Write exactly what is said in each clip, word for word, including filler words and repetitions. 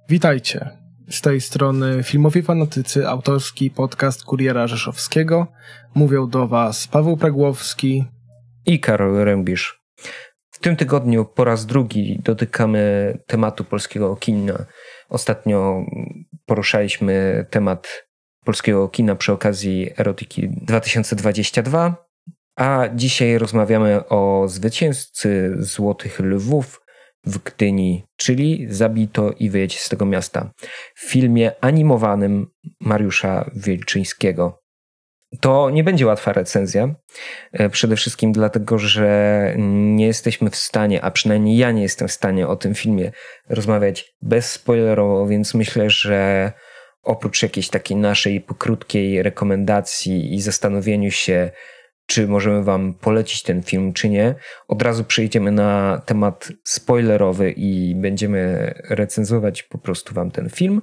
Witajcie. Z tej strony Filmowi Fanatycy, autorski podcast Kuriera Rzeszowskiego. Mówią do Was Paweł Pragłowski i Karol Rębisz. W tym tygodniu po raz drugi dotykamy tematu polskiego kina. Ostatnio poruszaliśmy temat polskiego kina przy okazji Erotyki dwa tysiące dwudziestego drugiego, a dzisiaj rozmawiamy o zwycięzcy Złotych Lwów w Gdyni, czyli Zabij to i wyjedź z tego miasta, w filmie animowanym Mariusza Wilczyńskiego. To nie będzie łatwa recenzja, przede wszystkim dlatego, że nie jesteśmy w stanie, a przynajmniej ja nie jestem w stanie o tym filmie rozmawiać bezspoilerowo, więc myślę, że oprócz jakiejś takiej naszej pokrótkiej rekomendacji i zastanowieniu się, czy możemy wam polecić ten film, czy nie, od razu przejdziemy na temat spoilerowy i będziemy recenzować po prostu wam ten film.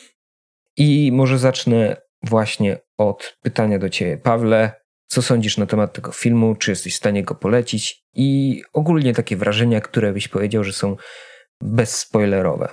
I może zacznę właśnie od pytania do ciebie, Pawle. Co sądzisz na temat tego filmu? Czy jesteś w stanie go polecić? I ogólnie takie wrażenia, które byś powiedział, że są bezspoilerowe.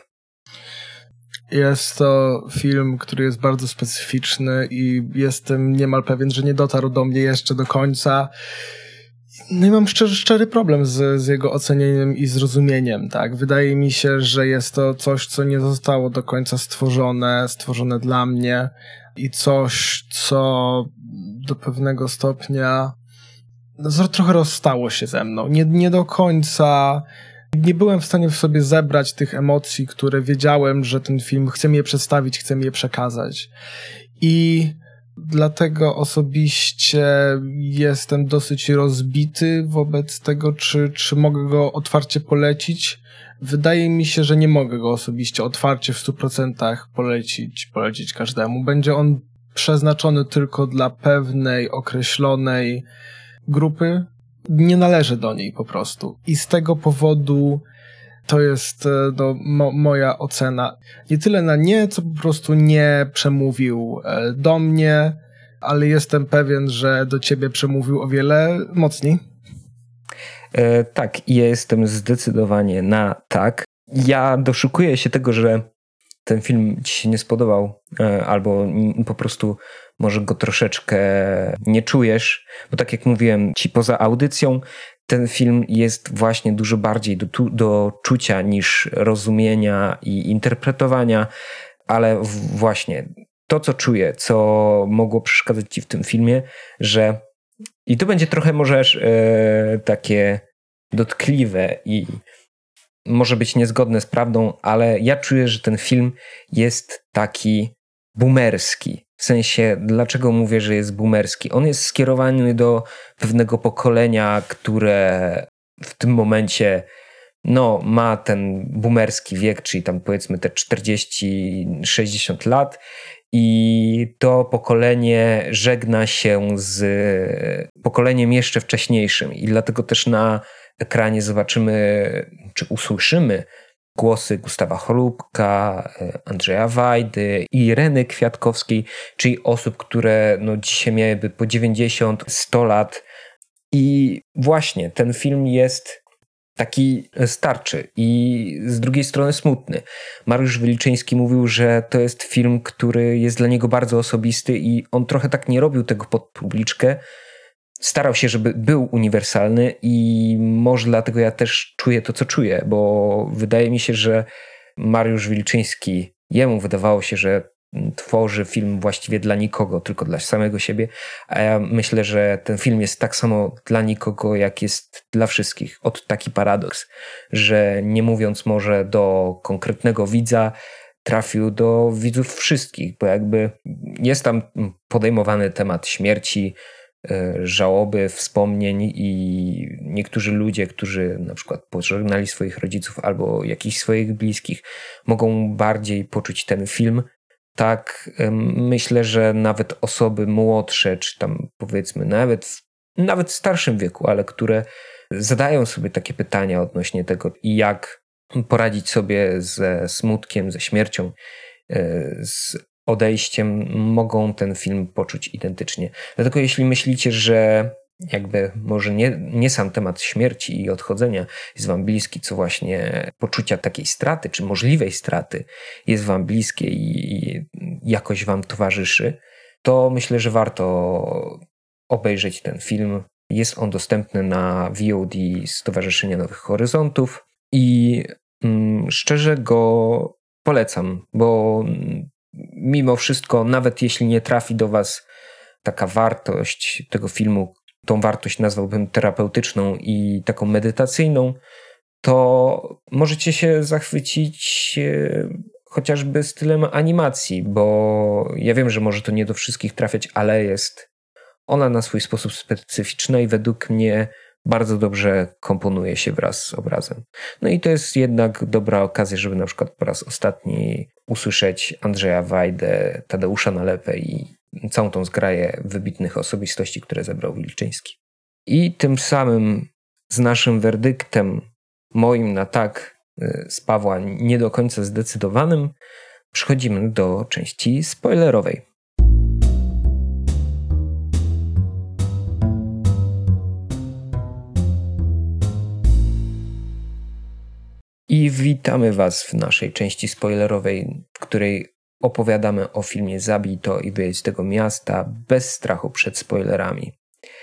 Jest to film, który jest bardzo specyficzny i jestem niemal pewien, że nie dotarł do mnie jeszcze do końca. No i mam szczery, szczery problem z, z jego ocenieniem i zrozumieniem, tak? Wydaje mi się, że jest to coś, co nie zostało do końca stworzone, stworzone dla mnie i coś, co do pewnego stopnia no, trochę rozstało się ze mną. Nie, nie do końca... Nie byłem w stanie w sobie zebrać tych emocji, które wiedziałem, że ten film chce mi je przedstawić, chce mi je przekazać. I dlatego osobiście jestem dosyć rozbity wobec tego, czy, czy mogę go otwarcie polecić. Wydaje mi się, że nie mogę go osobiście otwarcie w stu procentach polecić, polecić każdemu. Będzie on przeznaczony tylko dla pewnej określonej grupy. Nie należy do niej po prostu. I z tego powodu to jest no, mo- moja ocena. Nie tyle na nie, co po prostu nie przemówił do mnie, ale jestem pewien, że do ciebie przemówił o wiele mocniej. E, tak, ja jestem zdecydowanie na tak. Ja doszukuję się tego, że ten film ci się nie spodobał, e, albo po prostu może go troszeczkę nie czujesz, bo tak jak mówiłem ci poza audycją, ten film jest właśnie dużo bardziej do, do czucia niż rozumienia i interpretowania, ale właśnie to, co czuję, co mogło przeszkadzać ci w tym filmie, że i to będzie trochę może e, takie dotkliwe i może być niezgodne z prawdą, ale ja czuję, że ten film jest taki boomerski. W sensie, dlaczego mówię, że jest boomerski? On jest skierowany do pewnego pokolenia, które w tym momencie no, ma ten boomerski wiek, czyli tam powiedzmy te czterdzieści sześćdziesiąt lat i to pokolenie żegna się z pokoleniem jeszcze wcześniejszym i dlatego też na ekranie zobaczymy, czy usłyszymy głosy Gustawa Cholubka, Andrzeja Wajdy i Ireny Kwiatkowskiej, czyli osób, które no, dzisiaj miałyby po dziewięćdziesiąt sto lat. I właśnie ten film jest taki starczy i z drugiej strony smutny. Mariusz Wilczyński mówił, że to jest film, który jest dla niego bardzo osobisty i on trochę tak nie robił tego pod publiczkę. Starał się, żeby był uniwersalny i może dlatego ja też czuję to, co czuję, bo wydaje mi się, że Mariusz Wilczyński, jemu wydawało się, że tworzy film właściwie dla nikogo, tylko dla samego siebie, a ja myślę, że ten film jest tak samo dla nikogo, jak jest dla wszystkich. Oto taki paradoks, że nie mówiąc może do konkretnego widza, trafił do widzów wszystkich, bo jakby jest tam podejmowany temat śmierci, żałoby, wspomnień i niektórzy ludzie, którzy na przykład pożegnali swoich rodziców albo jakichś swoich bliskich, mogą bardziej poczuć ten film. Tak, myślę, że nawet osoby młodsze, czy tam powiedzmy nawet w, nawet w starszym wieku, ale które zadają sobie takie pytania odnośnie tego, jak poradzić sobie ze smutkiem, ze śmiercią, z odejściem, mogą ten film poczuć identycznie. Dlatego jeśli myślicie, że jakby może nie, nie sam temat śmierci i odchodzenia jest wam bliski, co właśnie poczucia takiej straty, czy możliwej straty jest wam bliskie i jakoś wam towarzyszy, to myślę, że warto obejrzeć ten film. Jest on dostępny na V O D Stowarzyszenia Nowych Horyzontów i mm, szczerze go polecam, bo mimo wszystko, nawet jeśli nie trafi do was taka wartość tego filmu, tą wartość nazwałbym terapeutyczną i taką medytacyjną, to możecie się zachwycić chociażby stylem animacji, bo ja wiem, że może to nie do wszystkich trafiać, ale jest ona na swój sposób specyficzna i według mnie bardzo dobrze komponuje się wraz z obrazem. No i to jest jednak dobra okazja, żeby na przykład po raz ostatni usłyszeć Andrzeja Wajdę, Tadeusza Nalepę i całą tą zgraję wybitnych osobistości, które zebrał Wilczyński. I tym samym z naszym werdyktem, moim na tak, z Pawła nie do końca zdecydowanym, przechodzimy do części spoilerowej. I witamy was w naszej części spoilerowej, w której opowiadamy o filmie Zabij to i wyjedź z tego miasta bez strachu przed spoilerami.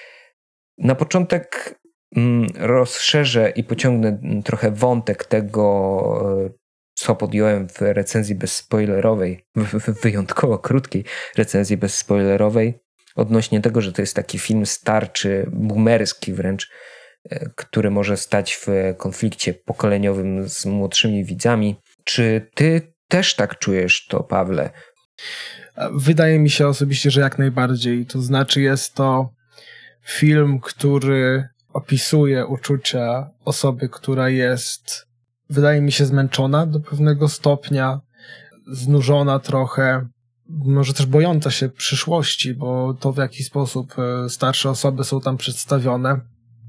Na początek mm, rozszerzę i pociągnę trochę wątek tego, co podjąłem w recenzji bezspoilerowej, w wyjątkowo krótkiej recenzji bezspoilerowej, odnośnie tego, że to jest taki film starczy, boomerski wręcz, który może stać w konflikcie pokoleniowym z młodszymi widzami. Czy ty też tak czujesz to, Pawle? Wydaje mi się osobiście, że jak najbardziej. To znaczy jest to film, który opisuje uczucia osoby, która jest, wydaje mi się, zmęczona do pewnego stopnia, znużona trochę, może też bojąca się przyszłości, bo to w jaki sposób starsze osoby są tam przedstawione.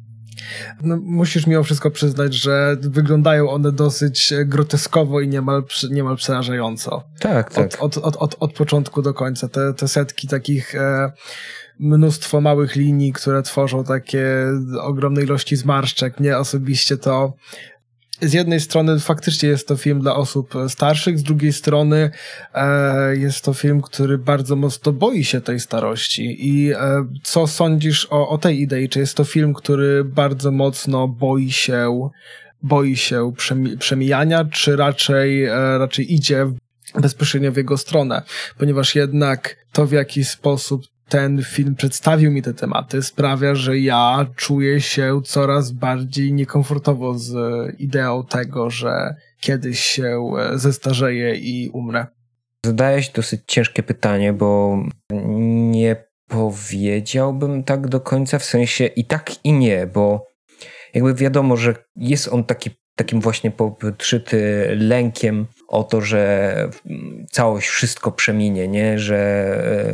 No, musisz mimo wszystko przyznać, że wyglądają one dosyć groteskowo i niemal, niemal przerażająco. Tak, tak. Od, od, od, od, od początku do końca. Te, te setki takich e, mnóstwo małych linii, które tworzą takie ogromne ilości zmarszczek. Mnie osobiście to z jednej strony faktycznie jest to film dla osób starszych, z drugiej strony e, jest to film, który bardzo mocno boi się tej starości. I e, co sądzisz o, o tej idei? Czy jest to film, który bardzo mocno boi się, boi się przemi- przemijania, czy raczej, e, raczej idzie bezpośrednio w jego stronę? Ponieważ jednak to, w jaki sposób ten film przedstawił mi te tematy, sprawia, że ja czuję się coraz bardziej niekomfortowo z ideą tego, że kiedyś się zestarzeję i umrę. Zadałeś dosyć ciężkie pytanie, bo nie powiedziałbym tak do końca, w sensie i tak i nie, bo jakby wiadomo, że jest on taki, takim właśnie podszyty lękiem o to, że całość, wszystko przeminie, nie? Że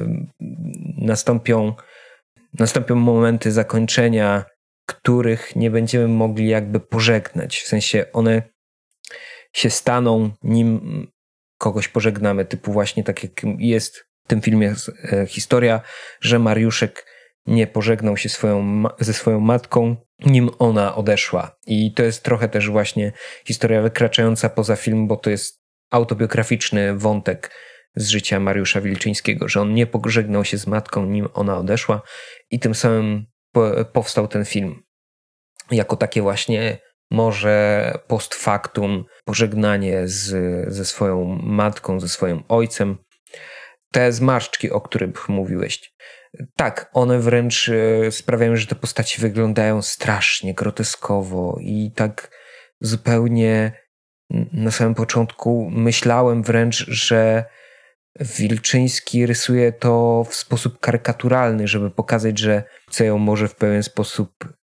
nastąpią, nastąpią momenty zakończenia, których nie będziemy mogli jakby pożegnać. W sensie one się staną, nim kogoś pożegnamy. Typu właśnie tak jak jest w tym filmie historia, że Mariuszek nie pożegnał się swoją, ze swoją matką, nim ona odeszła. I to jest trochę też właśnie historia wykraczająca poza film, bo to jest autobiograficzny wątek z życia Mariusza Wilczyńskiego, że on nie pożegnał się z matką, nim ona odeszła i tym samym po, powstał ten film. Jako takie właśnie może post factum pożegnanie z, ze swoją matką, ze swoim ojcem. Te zmarszczki, o których mówiłeś. Tak, one wręcz sprawiają, że te postaci wyglądają strasznie, groteskowo i tak zupełnie na samym początku myślałem wręcz, że Wilczyński rysuje to w sposób karykaturalny, żeby pokazać, że chce ją może w pewien sposób...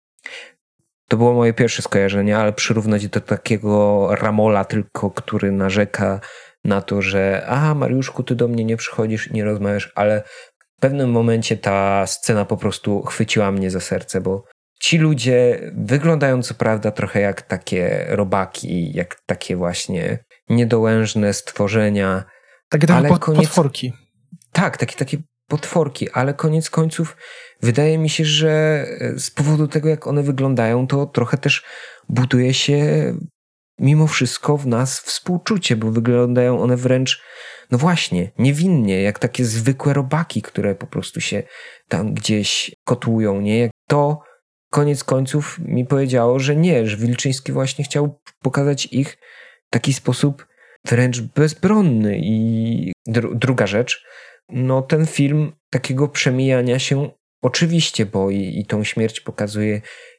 To było moje pierwsze skojarzenie, ale przyrównać do takiego Ramola tylko, który narzeka na to, że a Mariuszku, ty do mnie nie przychodzisz i nie rozmawiasz, ale w pewnym momencie ta scena po prostu chwyciła mnie za serce, bo ci ludzie wyglądają co prawda trochę jak takie robaki, jak takie właśnie niedołężne stworzenia. Takie trochę ale pod, koniec... potworki. Tak, takie, takie potworki, ale koniec końców wydaje mi się, że z powodu tego, jak one wyglądają, to trochę też buduje się mimo wszystko w nas współczucie, bo wyglądają one wręcz, no właśnie, niewinnie, jak takie zwykłe robaki, które po prostu się tam gdzieś kotłują, nie? Jak to koniec końców mi powiedziało, że nie, że Wilczyński właśnie chciał pokazać ich w taki sposób wręcz bezbronny. I dru- druga rzecz, no ten film takiego przemijania się oczywiście boi i tą śmierć pokazuje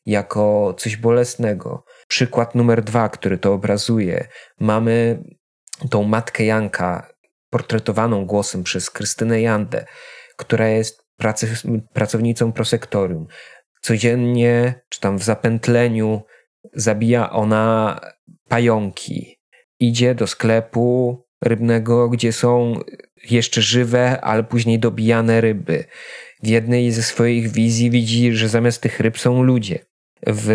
jako coś bolesnego. Przykład numer dwa, który to obrazuje. Mamy tą matkę Janka, portretowaną głosem przez Krystynę Jandę, która jest pracy- pracownicą prosektorium. Codziennie, czy tam w zapętleniu, zabija ona pająki. Idzie do sklepu rybnego, gdzie są jeszcze żywe, ale później dobijane ryby. W jednej ze swoich wizji widzi, że zamiast tych ryb są ludzie. W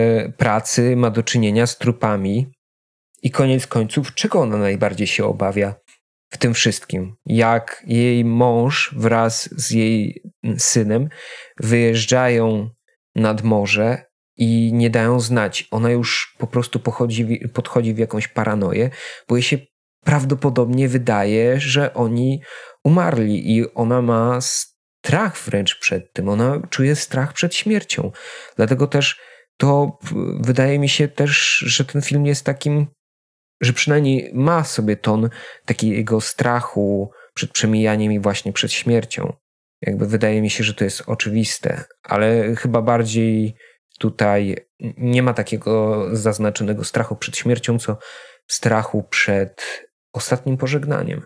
pracy ma do czynienia z trupami. I koniec końców, czego ona najbardziej się obawia w tym wszystkim? Jak jej mąż wraz z jej synem wyjeżdżają nad morze i nie dają znać. Ona już po prostu pochodzi, podchodzi w jakąś paranoję, bo jej się prawdopodobnie wydaje, że oni umarli i ona ma strach wręcz przed tym. Ona czuje strach przed śmiercią. Dlatego też to wydaje mi się też, że ten film jest takim, że przynajmniej ma sobie ton takiego strachu przed przemijaniem i właśnie przed śmiercią. Jakby wydaje mi się, że to jest oczywiste, ale chyba bardziej tutaj nie ma takiego zaznaczonego strachu przed śmiercią, co strachu przed ostatnim pożegnaniem.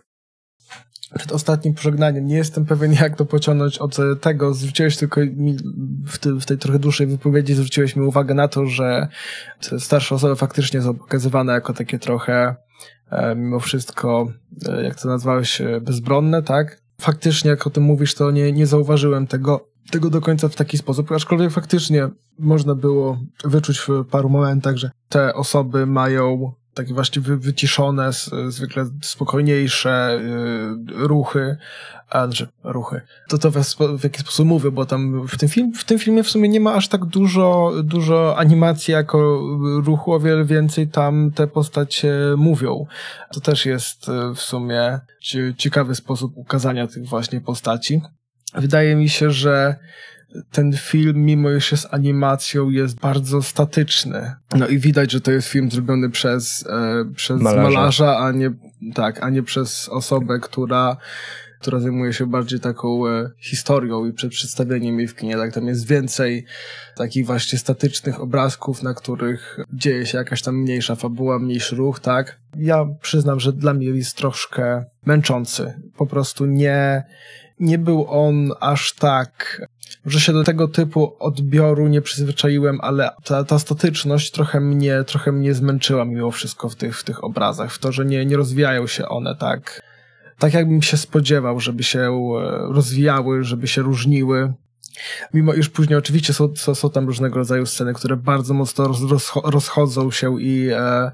Przed ostatnim pożegnaniem. Nie jestem pewien, jak to pociągnąć od tego. Zwróciłeś tylko mi w, ty, w tej trochę dłuższej wypowiedzi zwróciłeś mi uwagę na to, że te starsze osoby faktycznie są pokazywane jako takie trochę e, mimo wszystko, e, jak to nazwałeś, bezbronne, tak? Faktycznie, jak o tym mówisz, to nie, nie zauważyłem tego, tego do końca w taki sposób, aczkolwiek faktycznie można było wyczuć w paru momentach, że te osoby mają takie właśnie wy, wyciszone, zwykle spokojniejsze yy, ruchy, a, znaczy ruchy. To to w, w jaki sposób mówię, bo tam w tym, film, w tym filmie w sumie nie ma aż tak dużo, dużo animacji jako ruchu, o wiele więcej tam te postacie mówią. To też jest w sumie ciekawy sposób ukazania tych właśnie postaci. Wydaje mi się, że ten film, mimo iż jest animacją, jest bardzo statyczny. No i widać, że to jest film zrobiony przez, e, przez malarza. malarza, a nie, tak, a nie przez osobę, która, która zajmuje się bardziej taką e, historią i przed przedstawieniem jej w kinie. Tak, tam jest więcej takich właśnie statycznych obrazków, na których dzieje się jakaś tam mniejsza fabuła, mniejszy ruch, tak. Ja przyznam, że dla mnie jest troszkę męczący. Po prostu nie, nie był on aż tak, że się do tego typu odbioru nie przyzwyczaiłem, ale ta, ta statyczność trochę mnie, trochę mnie zmęczyła mimo wszystko w tych, w tych obrazach, w to, że nie, nie rozwijają się one tak, tak jakbym się spodziewał, żeby się rozwijały, żeby się różniły. Mimo iż później oczywiście są, są, są tam różnego rodzaju sceny, które bardzo mocno roz, rozcho- rozchodzą się i e,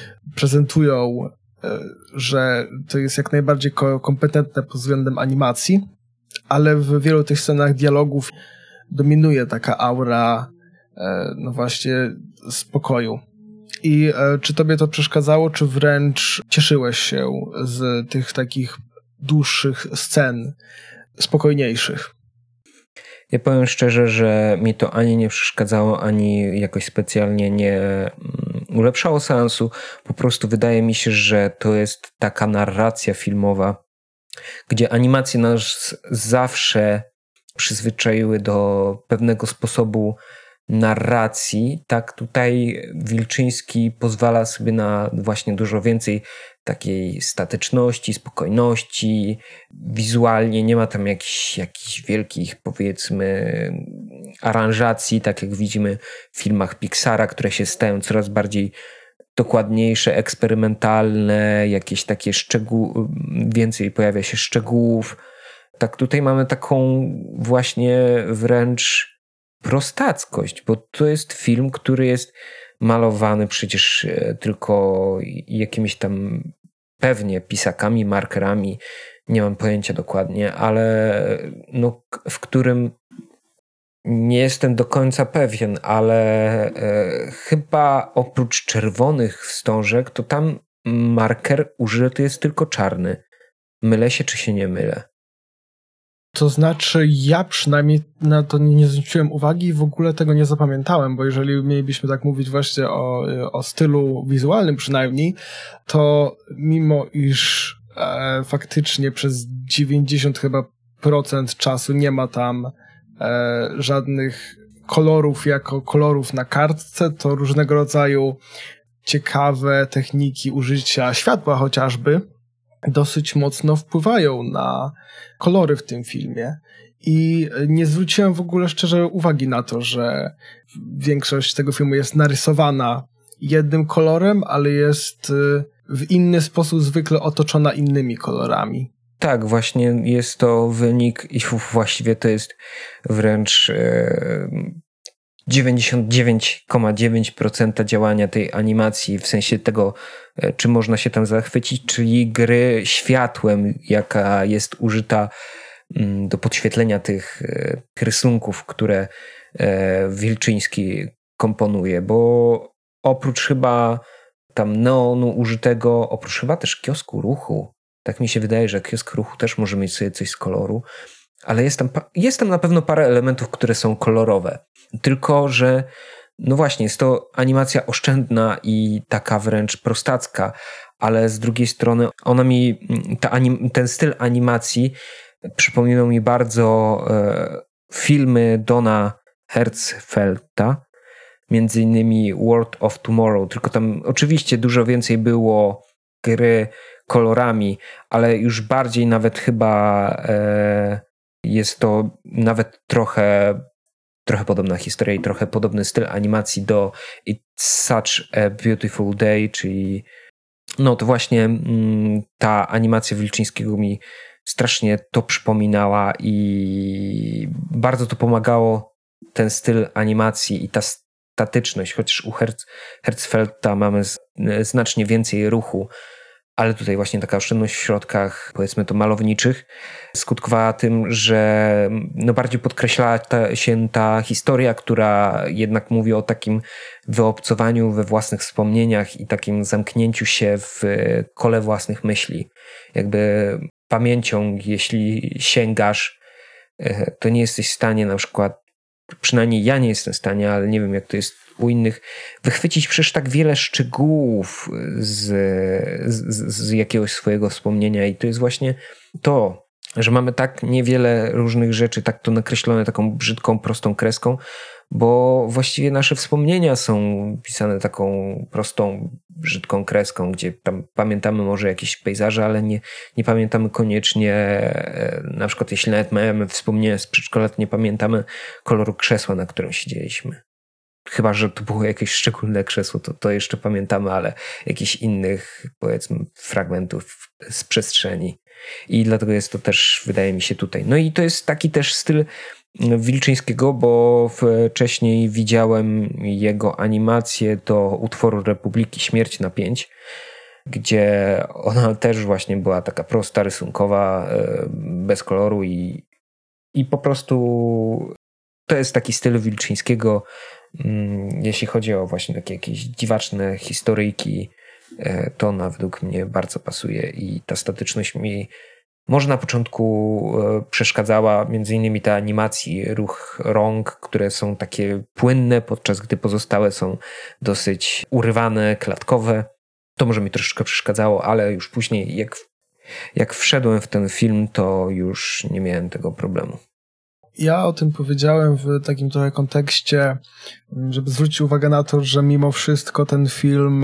prezentują, e, że to jest jak najbardziej ko- kompetentne pod względem animacji, ale w wielu tych scenach dialogów dominuje taka aura, e, no właśnie, spokoju. I e, czy tobie to przeszkadzało, czy wręcz cieszyłeś się z tych takich dłuższych scen, spokojniejszych? Ja powiem szczerze, że mi to ani nie przeszkadzało, ani jakoś specjalnie nie ulepszało seansu. Po prostu wydaje mi się, że to jest taka narracja filmowa, gdzie animacje nas zawsze przyzwyczaiły do pewnego sposobu narracji, tak tutaj Wilczyński pozwala sobie na właśnie dużo więcej takiej statyczności, spokojności. Wizualnie nie ma tam jakichś, jakichś wielkich, powiedzmy, aranżacji, tak jak widzimy w filmach Pixara, które się stają coraz bardziej dokładniejsze, eksperymentalne, jakieś takie szczegóły, więcej pojawia się szczegółów. Tak tutaj mamy taką właśnie wręcz prostackość, bo to jest film, który jest malowany przecież tylko jakimiś tam pewnie pisakami, markerami, nie mam pojęcia dokładnie, ale no, w którym nie jestem do końca pewien, ale e, chyba oprócz czerwonych wstążek, to tam marker użyty jest tylko czarny. Mylę się, czy się nie mylę? To znaczy, ja przynajmniej na to nie zwróciłem uwagi i w ogóle tego nie zapamiętałem, bo jeżeli mielibyśmy tak mówić właśnie o, o stylu wizualnym przynajmniej, to mimo iż e, faktycznie przez dziewięćdziesiąt chyba procent czasu nie ma tam e, żadnych kolorów jako kolorów na kartce, to różnego rodzaju ciekawe techniki użycia światła chociażby dosyć mocno wpływają na kolory w tym filmie. I nie zwróciłem w ogóle szczerze uwagi na to, że większość tego filmu jest narysowana jednym kolorem, ale jest w inny sposób zwykle otoczona innymi kolorami. Tak, właśnie jest to wynik i właściwie to jest wręcz dziewięćdziesiąt dziewięć przecinek dziewięć procent działania tej animacji, w sensie tego, czy można się tam zachwycić, czyli gry światłem, jaka jest użyta do podświetlenia tych rysunków, które Wilczyński komponuje, bo oprócz chyba tam neonu użytego, oprócz chyba też kiosku ruchu, tak mi się wydaje, że kiosk ruchu też może mieć sobie coś z koloru, ale jest tam, jest tam na pewno parę elementów, które są kolorowe. Tylko że no właśnie, jest to animacja oszczędna i taka wręcz prostacka, ale z drugiej strony ona mi, ta anim, ten styl animacji przypominał mi bardzo e, filmy Dona Hertzfeldta, między innymi World of Tomorrow, tylko tam oczywiście dużo więcej było gry kolorami, ale już bardziej nawet chyba e, jest to nawet trochę trochę podobna historia i trochę podobny styl animacji do It's Such a Beautiful Day, czyli no to właśnie mm, ta animacja Wilczyńskiego mi strasznie to przypominała i bardzo to pomagało, ten styl animacji i ta statyczność, chociaż u Herz, Hertzfeldta mamy z, znacznie więcej ruchu, ale tutaj właśnie taka oszczędność w środkach, powiedzmy to malowniczych, skutkowała tym, że no bardziej podkreślała ta, się ta historia, która jednak mówi o takim wyobcowaniu we własnych wspomnieniach i takim zamknięciu się w kole własnych myśli. Jakby pamięcią, jeśli sięgasz, to nie jesteś w stanie na przykład, przynajmniej ja nie jestem w stanie, ale nie wiem jak to jest u innych, wychwycić przecież tak wiele szczegółów z, z, z jakiegoś swojego wspomnienia i to jest właśnie to, że mamy tak niewiele różnych rzeczy, tak to nakreślone taką brzydką, prostą kreską, bo właściwie nasze wspomnienia są pisane taką prostą, brzydką kreską, gdzie tam pamiętamy może jakieś pejzaże, ale nie, nie pamiętamy koniecznie, na przykład jeśli nawet mamy wspomnienia z przedszkola, to nie pamiętamy koloru krzesła, na którym siedzieliśmy. Chyba że to było jakieś szczególne krzesło, to, to jeszcze pamiętamy, ale jakichś innych, powiedzmy, fragmentów z przestrzeni. I dlatego jest to też, wydaje mi się, tutaj. No i to jest taki też styl Wilczyńskiego, bo wcześniej widziałem jego animację do utworu Republiki Śmierć na pięć, gdzie ona też właśnie była taka prosta, rysunkowa, bez koloru i, i po prostu to jest taki styl Wilczyńskiego, jeśli chodzi o właśnie takie jakieś dziwaczne historyjki, to ona według mnie bardzo pasuje i ta statyczność mi może na początku przeszkadzała, między innymi ta animacji, ruch rąk, które są takie płynne, podczas gdy pozostałe są dosyć urywane, klatkowe. To może mi troszeczkę przeszkadzało, ale już później jak, jak wszedłem w ten film, to już nie miałem tego problemu. Ja o tym powiedziałem w takim trochę kontekście, żeby zwrócić uwagę na to, że mimo wszystko ten film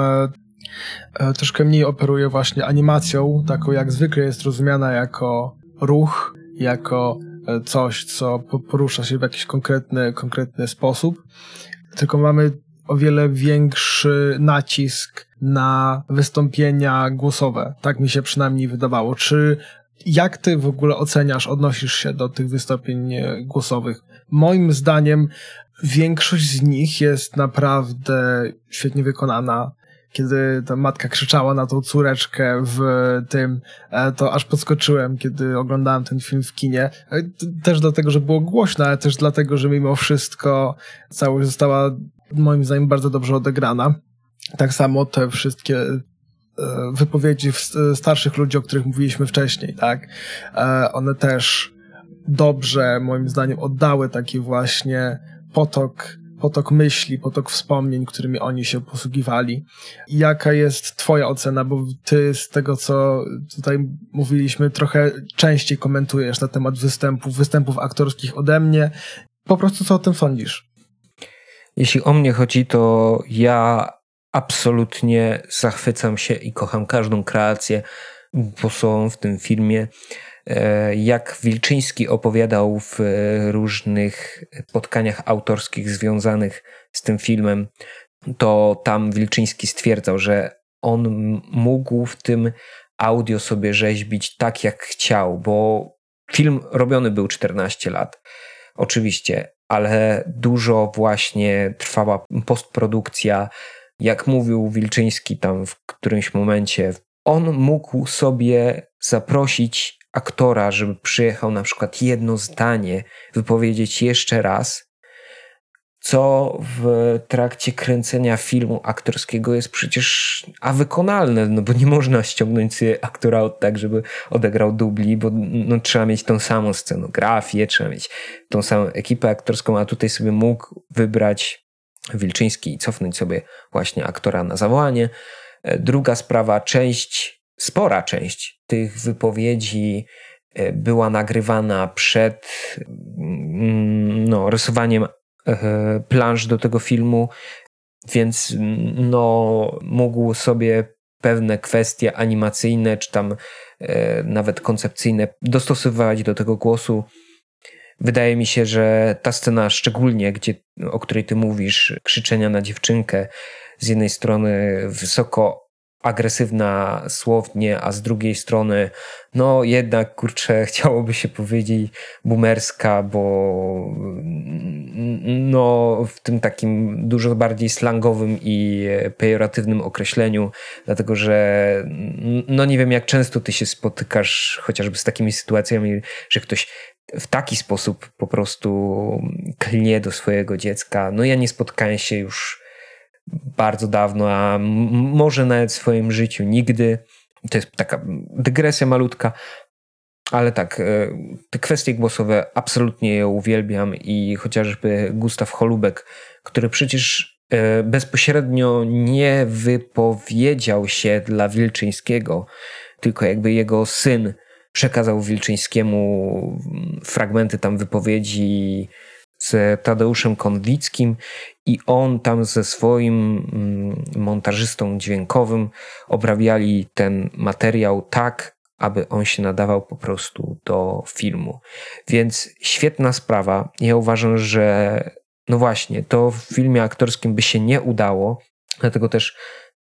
troszkę mniej operuje właśnie animacją, taką jak zwykle jest rozumiana jako ruch, jako coś, co porusza się w jakiś konkretny, konkretny sposób, tylko mamy o wiele większy nacisk na wystąpienia głosowe. Tak mi się przynajmniej wydawało. Czy jak ty w ogóle oceniasz, odnosisz się do tych wystąpień głosowych? Moim zdaniem większość z nich jest naprawdę świetnie wykonana, kiedy ta matka krzyczała na tą córeczkę w tym, to aż podskoczyłem, kiedy oglądałem ten film w kinie. Też dlatego, że było głośno, ale też dlatego, że mimo wszystko całość została moim zdaniem bardzo dobrze odegrana. Tak samo te wszystkie wypowiedzi starszych ludzi, o których mówiliśmy wcześniej, tak? One też dobrze, moim zdaniem, oddały taki właśnie potok, potok myśli, potok wspomnień, którymi oni się posługiwali. Jaka jest twoja ocena, bo ty z tego, co tutaj mówiliśmy, trochę częściej komentujesz na temat występów, występów aktorskich ode mnie. Po prostu co o tym sądzisz? Jeśli o mnie chodzi, to ja absolutnie zachwycam się i kocham każdą kreację głosową w tym filmie. Jak Wilczyński opowiadał w różnych spotkaniach autorskich związanych z tym filmem, to tam Wilczyński stwierdzał, że on mógł w tym audio sobie rzeźbić tak, jak chciał, bo film robiony był czternaście lat, oczywiście, ale dużo właśnie trwała postprodukcja. Jak mówił Wilczyński tam w którymś momencie, on mógł sobie zaprosić aktora, żeby przyjechał na przykład jedno zdanie wypowiedzieć jeszcze raz, co w trakcie kręcenia filmu aktorskiego jest przecież a wykonalne, no bo nie można ściągnąć sobie aktora tak, żeby odegrał dubli, bo no, trzeba mieć tą samą scenografię, trzeba mieć tą samą ekipę aktorską, a tutaj sobie mógł wybrać Wilczyński i cofnąć sobie właśnie aktora na zawołanie. Druga sprawa, część, spora część tych wypowiedzi była nagrywana przed no, rysowaniem plansz do tego filmu, więc no, mógł sobie pewne kwestie animacyjne, czy tam nawet koncepcyjne dostosowywać do tego głosu. Wydaje mi się, że ta scena szczególnie, gdzie, o której ty mówisz, krzyczenia na dziewczynkę, z jednej strony wysoko agresywna słownie, a z drugiej strony no jednak, kurczę, chciałoby się powiedzieć boomerska, bo no w tym takim dużo bardziej slangowym i pejoratywnym określeniu, dlatego że no nie wiem, jak często ty się spotykasz chociażby z takimi sytuacjami, że ktoś w taki sposób po prostu klnie do swojego dziecka. No ja nie spotkałem się już bardzo dawno, a m- może nawet w swoim życiu nigdy. To jest taka dygresja malutka, ale tak, te kwestie głosowe absolutnie je uwielbiam i chociażby Gustaw Holubek, który przecież bezpośrednio nie wypowiedział się dla Wilczyńskiego, tylko jakby jego syn przekazał Wilczyńskiemu fragmenty tam wypowiedzi z Tadeuszem Konwickim i on tam ze swoim montażystą dźwiękowym obrabiali ten materiał tak, aby on się nadawał po prostu do filmu. Więc świetna sprawa. Ja uważam, że no właśnie, to w filmie aktorskim by się nie udało, dlatego też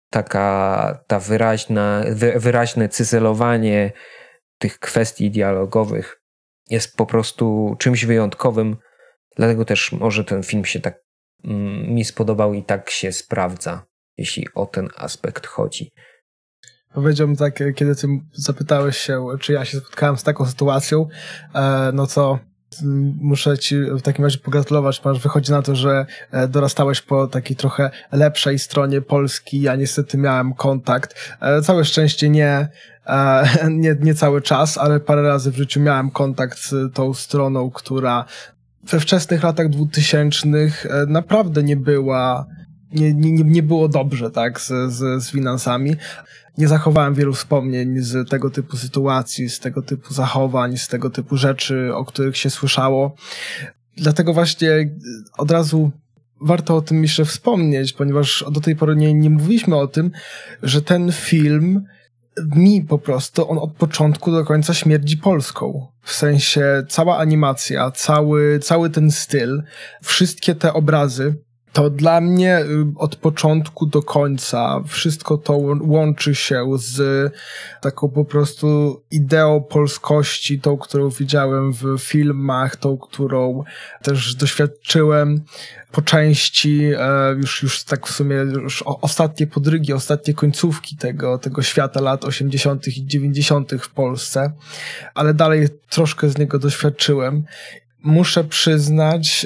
taka ta wyraźna, wy, wyraźne cyzelowanie tych kwestii dialogowych jest po prostu czymś wyjątkowym. Dlatego też może ten film się tak mm, mi spodobał i tak się sprawdza, jeśli o ten aspekt chodzi. Powiedziałbym tak, kiedy ty zapytałeś się, czy ja się spotkałem z taką sytuacją, e, no to muszę ci w takim razie pogratulować, ponieważ wychodzi na to, że dorastałeś po takiej trochę lepszej stronie Polski. Ja niestety miałem kontakt. E, całe szczęście nie, e, nie, nie cały czas, ale parę razy w życiu miałem kontakt z tą stroną, która we wczesnych latach dwutysięcznych naprawdę nie była, nie, nie, nie było dobrze, tak, z, z, z finansami. Nie zachowałem wielu wspomnień z tego typu sytuacji, z tego typu zachowań, z tego typu rzeczy, o których się słyszało. Dlatego właśnie od razu warto o tym jeszcze wspomnieć, ponieważ do tej pory nie, nie mówiliśmy o tym, że ten film mi po prostu, on od początku do końca śmierdzi Polską. W sensie cała animacja, cały, cały ten styl, wszystkie te obrazy, to dla mnie od początku do końca wszystko to łączy się z taką po prostu ideą polskości, tą, którą widziałem w filmach, tą, którą też doświadczyłem po części, już, już tak w sumie już ostatnie podrygi, ostatnie końcówki tego, tego świata lat osiemdziesiątych i dziewięćdziesiątych w Polsce, ale dalej troszkę z niego doświadczyłem. Muszę przyznać,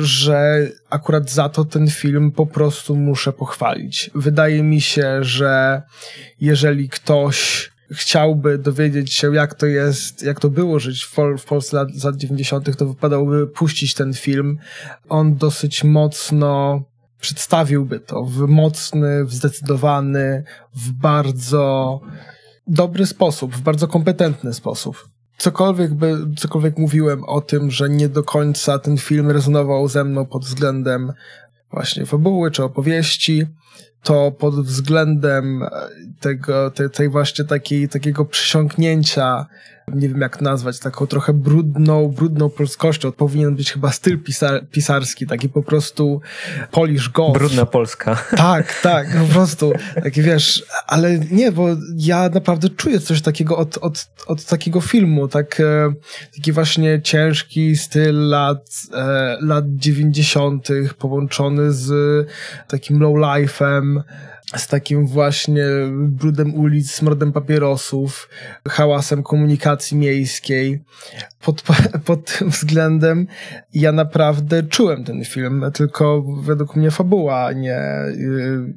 że akurat za to ten film po prostu muszę pochwalić. Wydaje mi się, że jeżeli ktoś chciałby dowiedzieć się, jak to jest, jak to było żyć w, Pol- w Polsce lat, lat dziewięćdziesiątych, to wypadałoby puścić ten film. On dosyć mocno przedstawiłby to w mocny, w zdecydowany, w bardzo dobry sposób, w bardzo kompetentny sposób. Cokolwiek, by, cokolwiek mówiłem o tym, że nie do końca ten film rezonował ze mną pod względem właśnie fabuły czy opowieści, to pod względem tego, tej, tej właśnie takiej, takiego przysiągnięcia, nie wiem jak nazwać, taką trochę brudną, brudną polskością. Powinien być chyba styl pisar, pisarski, taki po prostu Polish goth. Brudna Polska. Tak, tak, po prostu. Taki wiesz, ale nie, bo ja naprawdę czuję coś takiego od, od, od takiego filmu, tak, e, taki właśnie ciężki styl lat, e, lat dziewięćdziesiątych połączony z takim low-life'em, z takim właśnie brudem ulic, smrodem papierosów, hałasem komunikacji miejskiej. Pod, pod tym względem ja naprawdę czułem ten film, tylko według mnie fabuła, nie... Yy,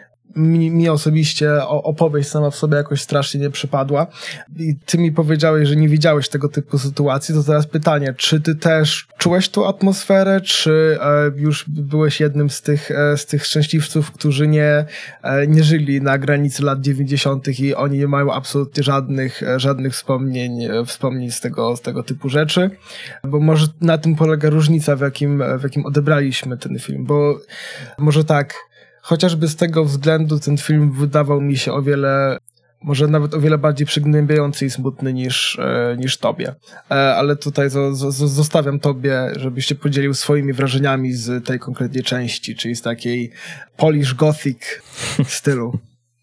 Mi, mi osobiście opowieść sama w sobie jakoś strasznie nie przypadła. I ty mi powiedziałeś, że nie widziałeś tego typu sytuacji, to teraz pytanie, czy ty też czułeś tą atmosferę, czy e, już byłeś jednym z tych, e, z tych szczęśliwców, którzy nie, e, nie żyli na granicy lat dziewięćdziesiątych i oni nie mają absolutnie żadnych, żadnych wspomnień, wspomnień z tego, z tego typu rzeczy? Bo może na tym polega różnica, w jakim, w jakim odebraliśmy ten film, bo może tak, chociażby z tego względu ten film wydawał mi się o wiele, może nawet o wiele bardziej przygnębiający i smutny niż, e, niż tobie. E, ale tutaj zo, zo, zostawiam tobie, żebyś się podzielił swoimi wrażeniami z tej konkretnej części, czyli z takiej Polish Gothic stylu.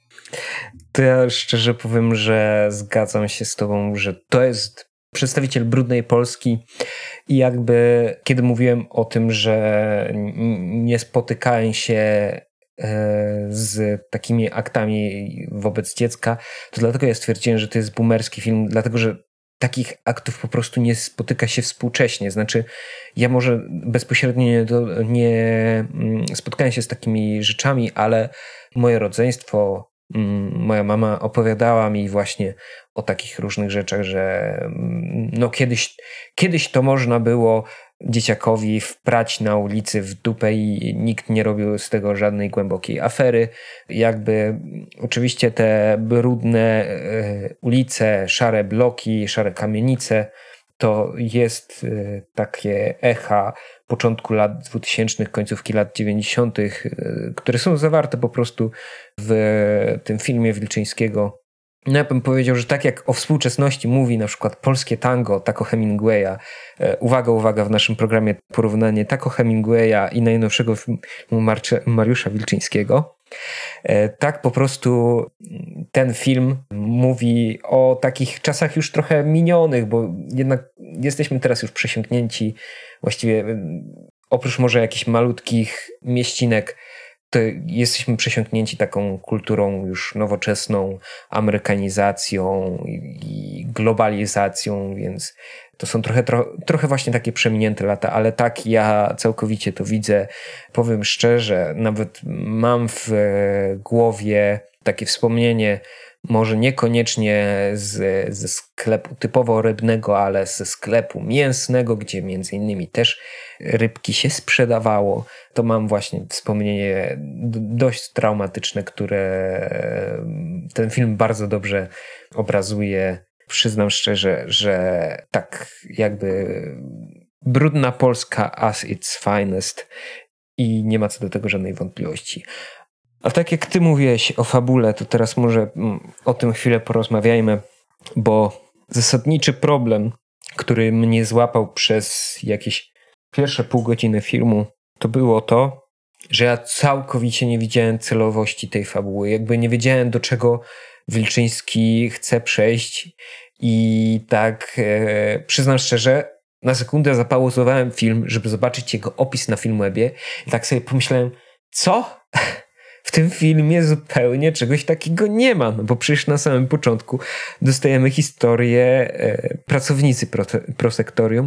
To ja szczerze powiem, że zgadzam się z tobą, że to jest przedstawiciel brudnej Polski i jakby kiedy mówiłem o tym, że nie spotykałem się z takimi aktami wobec dziecka, to dlatego ja stwierdziłem, że to jest boomerski film, dlatego że takich aktów po prostu nie spotyka się współcześnie. Znaczy, ja może bezpośrednio nie, do, nie spotkałem się z takimi rzeczami, ale moje rodzeństwo, moja mama opowiadała mi właśnie o takich różnych rzeczach, że no kiedyś, kiedyś to można było dzieciakowi wprać na ulicy w dupę i nikt nie robił z tego żadnej głębokiej afery. Jakby oczywiście te brudne ulice, szare bloki, szare kamienice, to jest takie echa początku lat dwutysięcznych, końcówki lat dziewięćdziesiątych, które są zawarte po prostu w tym filmie Wilczyńskiego. No ja bym powiedział, że tak jak o współczesności mówi na przykład polskie tango Taco Hemingwaya, e, uwaga, uwaga, w naszym programie porównanie Taco Hemingwaya i najnowszego filmu Marcze, Mariusza Wilczyńskiego, e, tak po prostu ten film mówi o takich czasach już trochę minionych, bo jednak jesteśmy teraz już przesiąknięci właściwie oprócz może jakichś malutkich mieścinek, to jesteśmy przesiąknięci taką kulturą już nowoczesną, amerykanizacją i globalizacją, więc to są trochę, tro, trochę właśnie takie przeminięte lata, ale tak ja całkowicie to widzę. Powiem szczerze, nawet mam w głowie takie wspomnienie, może niekoniecznie z, ze sklepu typowo rybnego, ale ze sklepu mięsnego, gdzie między innymi też rybki się sprzedawało. To mam właśnie wspomnienie dość traumatyczne, które ten film bardzo dobrze obrazuje. Przyznam szczerze, że tak jakby brudna Polska as its finest i nie ma co do tego żadnej wątpliwości. A tak jak ty mówiłeś o fabule, to teraz może o tym chwilę porozmawiajmy, bo zasadniczy problem, który mnie złapał przez jakieś pierwsze pół godziny filmu, to było to, że ja całkowicie nie widziałem celowości tej fabuły. Jakby nie wiedziałem, do czego Wilczyński chce przejść i tak e, przyznam szczerze, na sekundę zapauzowałem film, żeby zobaczyć jego opis na Filmwebie i tak sobie pomyślałem, co? W tym filmie zupełnie czegoś takiego nie ma, no bo przecież na samym początku dostajemy historię e, pracownicy pro, prosektorium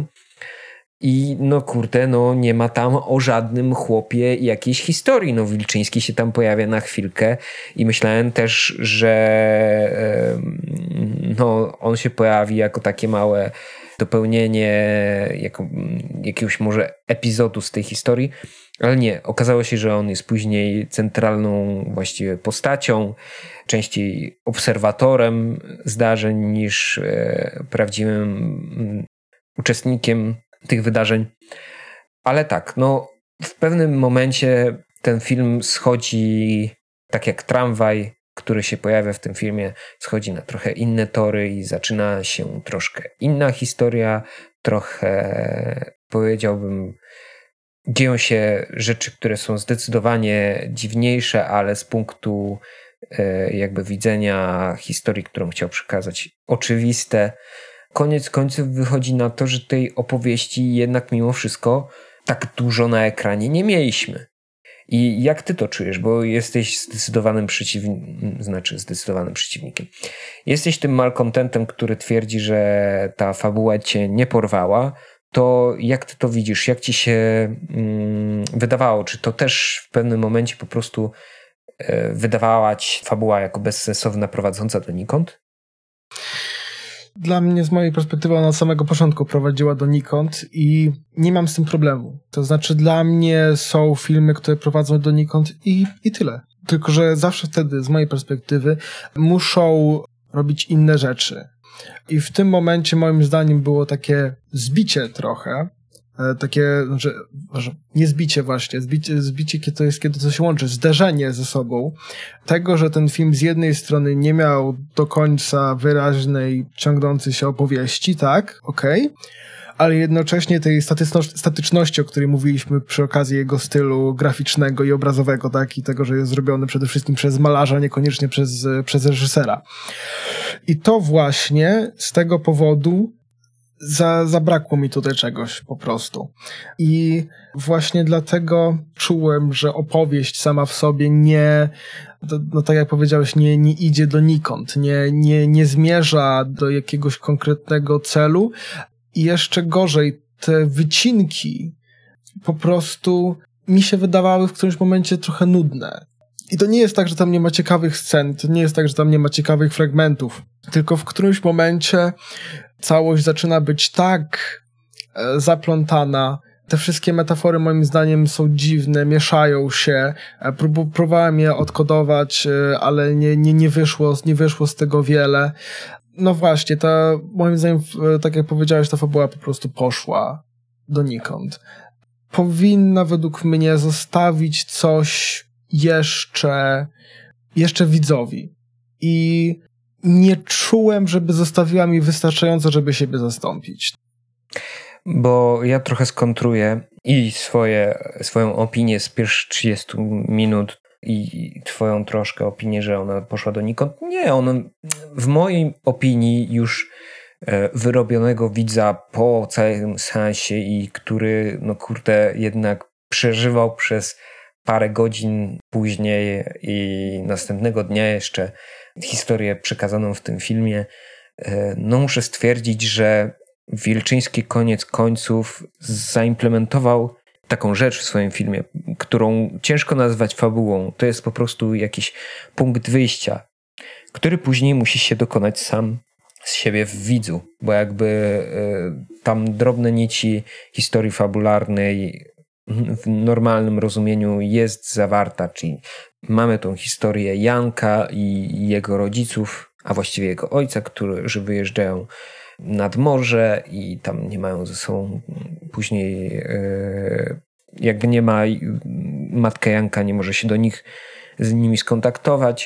i no kurde, no nie ma tam o żadnym chłopie jakiejś historii. No Wilczyński się tam pojawia na chwilkę i myślałem też, że e, no on się pojawi jako takie małe dopełnienie jako, jakiegoś może epizodu z tej historii, ale nie. Okazało się, że on jest później centralną właściwie postacią, częściej obserwatorem zdarzeń niż e, prawdziwym uczestnikiem tych wydarzeń. Ale tak, no w pewnym momencie ten film schodzi tak jak tramwaj, który się pojawia w tym filmie, schodzi na trochę inne tory i zaczyna się troszkę inna historia, trochę powiedziałbym dzieją się rzeczy, które są zdecydowanie dziwniejsze, ale z punktu e, jakby widzenia historii, którą chciał przekazać, oczywiste. Koniec końców wychodzi na to, że tej opowieści jednak mimo wszystko tak dużo na ekranie nie mieliśmy. I jak ty to czujesz? Bo jesteś zdecydowanym przeciwnikiem, znaczy zdecydowanym przeciwnikiem. Jesteś tym malcontentem, który twierdzi, że ta fabuła cię nie porwała. To jak ty to widzisz? Jak ci się mm, wydawało? Czy to też w pewnym momencie po prostu e, wydawała ci fabuła jako bezsensowna, prowadząca donikąd? Dla mnie, z mojej perspektywy, ona od samego początku prowadziła donikąd i nie mam z tym problemu. To znaczy, dla mnie są filmy, które prowadzą donikąd i, i tyle. Tylko że zawsze wtedy, z mojej perspektywy, muszą robić inne rzeczy. I w tym momencie, moim zdaniem, było takie zbicie trochę, takie, że, że nie zbicie właśnie, zbicie, zbicie to jest kiedy to się łączy, zderzenie ze sobą, tego, że ten film z jednej strony nie miał do końca wyraźnej, ciągnącej się opowieści, tak, okej, okay, ale jednocześnie tej statyczności, o której mówiliśmy przy okazji jego stylu graficznego i obrazowego, tak, i tego, że jest zrobiony przede wszystkim przez malarza, niekoniecznie przez, przez reżysera. I to właśnie z tego powodu Za, zabrakło mi tutaj czegoś po prostu. I właśnie dlatego czułem, że opowieść sama w sobie nie, no tak jak powiedziałeś, nie, nie idzie donikąd, nie, nie, nie zmierza do jakiegoś konkretnego celu. I jeszcze gorzej, te wycinki po prostu mi się wydawały w którymś momencie trochę nudne. I to nie jest tak, że tam nie ma ciekawych scen, to nie jest tak, że tam nie ma ciekawych fragmentów, tylko w którymś momencie całość zaczyna być tak e, zaplątana. Te wszystkie metafory moim zdaniem są dziwne, mieszają się. E, prób- próbowałem je odkodować, e, ale nie, nie, nie, wyszło, nie wyszło z tego wiele. No właśnie, ta, moim zdaniem, e, tak jak powiedziałeś, ta fabuła po prostu poszła donikąd. Powinna według mnie zostawić coś jeszcze, jeszcze widzowi. I nie czułem, żeby zostawiła mi wystarczająco, żeby siebie zastąpić. Bo ja trochę skontruję i swoje, swoją opinię z pierwszych trzydziestu minut i twoją troszkę opinię, że ona poszła donikąd. Nie, ona w mojej opinii już wyrobionego widza po całym seansie i który, no kurde, jednak przeżywał przez parę godzin później i następnego dnia jeszcze historię przekazaną w tym filmie, no muszę stwierdzić, że Wilczyński koniec końców zaimplementował taką rzecz w swoim filmie, którą ciężko nazwać fabułą. To jest po prostu jakiś punkt wyjścia, który później musi się dokonać sam z siebie w widzu, bo jakby y, tam drobne nici historii fabularnej w normalnym rozumieniu jest zawarta, czyli mamy tą historię Janka i jego rodziców, a właściwie jego ojca, którzy wyjeżdżają nad morze i tam nie mają ze sobą później, yy, jakby nie ma, matka Janka nie może się do nich, z nimi skontaktować.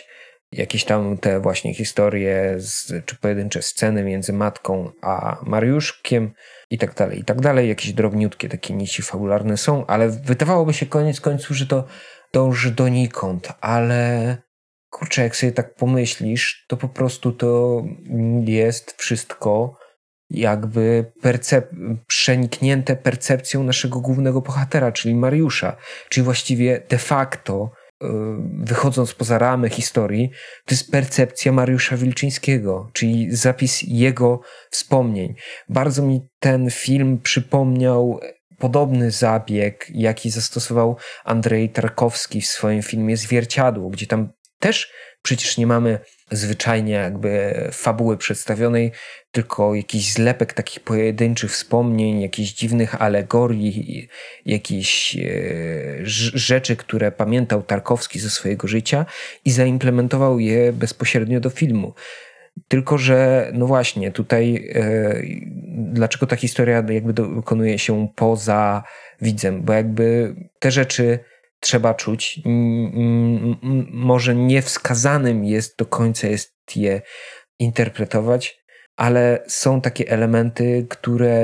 jakieś tam te właśnie historie, z, czy pojedyncze sceny między matką a Mariuszkiem i tak dalej, i tak dalej. Jakieś drobniutkie takie nici fabularne są, ale wydawałoby się koniec końców, że to dąży donikąd, ale kurczę, jak sobie tak pomyślisz, to po prostu to jest wszystko jakby percep- przeniknięte percepcją naszego głównego bohatera, czyli Mariusza. Czyli właściwie de facto, yy, wychodząc poza ramy historii, to jest percepcja Mariusza Wilczyńskiego, czyli zapis jego wspomnień. Bardzo mi ten film przypomniał podobny zabieg, jaki zastosował Andrzej Tarkowski w swoim filmie Zwierciadło, gdzie tam też przecież nie mamy zwyczajnie jakby fabuły przedstawionej, tylko jakiś zlepek takich pojedynczych wspomnień, jakichś dziwnych alegorii, jakichś e, rzeczy, które pamiętał Tarkowski ze swojego życia i zaimplementował je bezpośrednio do filmu. Tylko że no właśnie tutaj e, dlaczego ta historia jakby dokonuje się poza widzem, bo jakby te rzeczy trzeba czuć. Może niewskazanym jest do końca jest je interpretować, ale są takie elementy, które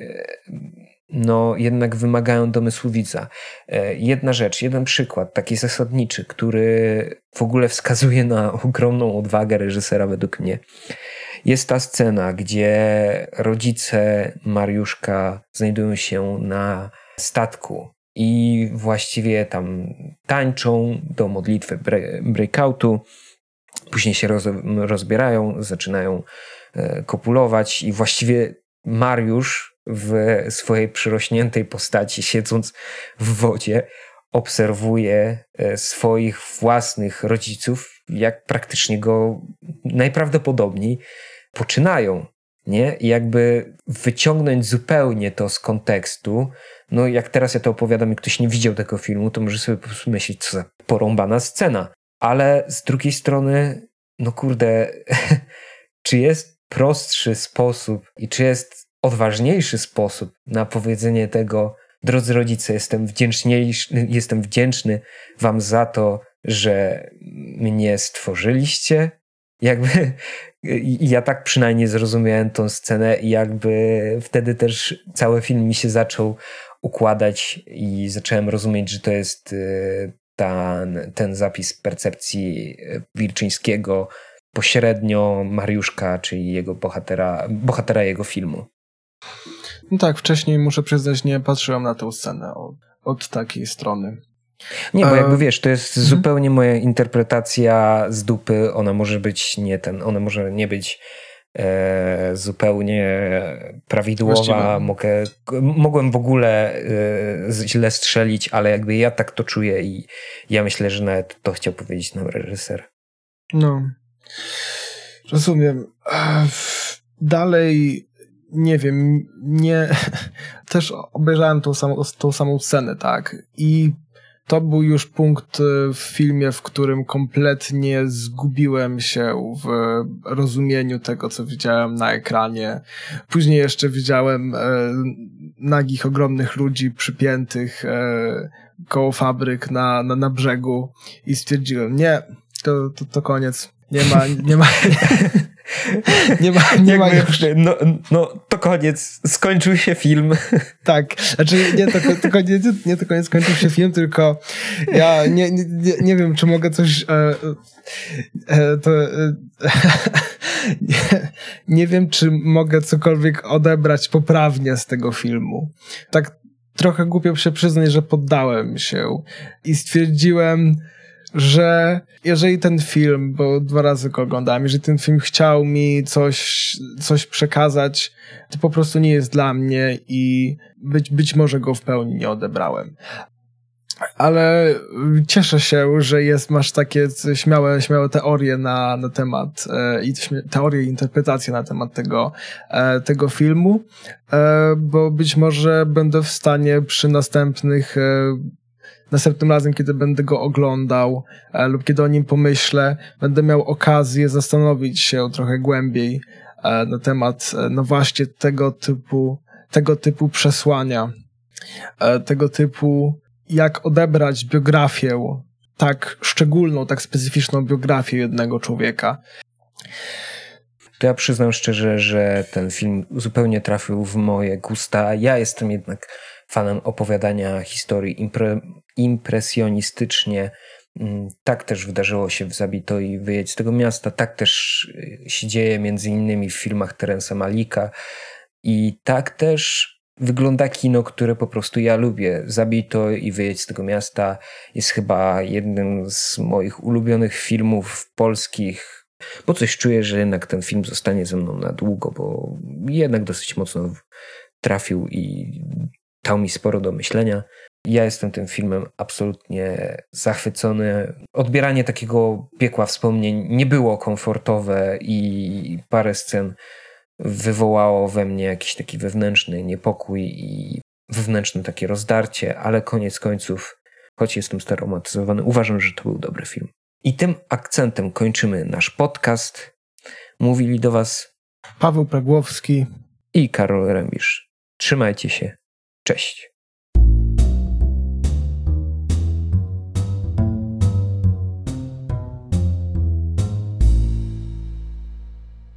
no jednak wymagają domysłu widza. Jedna rzecz, jeden przykład, taki zasadniczy, który w ogóle wskazuje na ogromną odwagę reżysera według mnie. Jest ta scena, gdzie rodzice Mariuszka znajdują się na statku i właściwie tam tańczą do modlitwy breakoutu, później się roz, rozbierają, zaczynają kopulować i właściwie Mariusz w swojej przyrośniętej postaci, siedząc w wodzie, obserwuje swoich własnych rodziców, jak praktycznie go najprawdopodobniej poczynają, nie? I jakby wyciągnąć zupełnie to z kontekstu, no jak teraz ja to opowiadam i ktoś nie widział tego filmu, to może sobie po prostu myśleć, co za porąbana scena. Ale z drugiej strony, no kurde, czy jest prostszy sposób i czy jest odważniejszy sposób na powiedzenie tego: drodzy rodzice, jestem wdzięczniejszy, jestem wdzięczny wam za to, że mnie stworzyliście. Jakby ja tak przynajmniej zrozumiałem tą scenę i jakby wtedy też cały film mi się zaczął układać i zacząłem rozumieć, że to jest ten, ten zapis percepcji Wilczyńskiego, pośrednio Mariuszka, czyli jego bohatera, bohatera jego filmu. No tak, wcześniej muszę przyznać, nie patrzyłem na tę scenę od, od takiej strony. Nie, bo jakby wiesz, to jest mhm. zupełnie moja interpretacja z dupy, ona może być nie ten, ona może nie być e, zupełnie prawidłowa, mogę, mogłem w ogóle e, źle strzelić, ale jakby ja tak to czuję i ja myślę, że nawet to chciał powiedzieć nam reżyser. No, rozumiem. Dalej nie wiem, nie też obejrzałem tą samą, tą samą scenę, tak, i to był już punkt w filmie, w którym kompletnie zgubiłem się w rozumieniu tego, co widziałem na ekranie. Później jeszcze widziałem e, nagich, ogromnych ludzi przypiętych e, koło fabryk na, na, na brzegu i stwierdziłem, nie, to, to, to koniec. Nie ma, nie ma... Nie ma, nie ma już. No, no to koniec, skończył się film. Tak, znaczy nie to, to koniec, nie to koniec, skończył się film, tylko ja nie, nie, nie wiem, czy mogę coś e, e, to, e, nie, nie wiem, czy mogę cokolwiek odebrać poprawnie z tego filmu. Tak trochę głupio się przyznać, że poddałem się i stwierdziłem, że jeżeli ten film, bo dwa razy go oglądałem, jeżeli ten film chciał mi coś, coś przekazać, to po prostu nie jest dla mnie i być, być może go w pełni nie odebrałem. Ale cieszę się, że jest, masz takie śmiałe, śmiałe teorie na, na temat, e, i teorie i interpretacje na temat tego, e, tego filmu, e, bo być może będę w stanie przy następnych e, Następnym razem, kiedy będę go oglądał e, lub kiedy o nim pomyślę, będę miał okazję zastanowić się trochę głębiej e, na temat e, no właśnie tego typu, tego typu przesłania, e, tego typu jak odebrać biografię tak szczególną, tak specyficzną biografię jednego człowieka. To ja przyznam szczerze, że ten film zupełnie trafił w moje gusta. Ja jestem jednak fanem opowiadania historii impre, impresjonistycznie. Tak też wydarzyło się w Zabito i wyjedź z tego miasta. Tak też się dzieje między innymi w filmach Terence'a Malika. I tak też wygląda kino, które po prostu ja lubię. Zabito i wyjedź z tego miasta jest chyba jednym z moich ulubionych filmów polskich, bo coś czuję, że jednak ten film zostanie ze mną na długo, bo jednak dosyć mocno trafił i dał mi sporo do myślenia. Ja jestem tym filmem absolutnie zachwycony. Odbieranie takiego piekła wspomnień nie było komfortowe i parę scen wywołało we mnie jakiś taki wewnętrzny niepokój i wewnętrzne takie rozdarcie, ale koniec końców, choć jestem staromatyzowany, uważam, że to był dobry film. I tym akcentem kończymy nasz podcast. Mówili do was Paweł Pregłowski i Karol Remisz. Trzymajcie się. Cześć.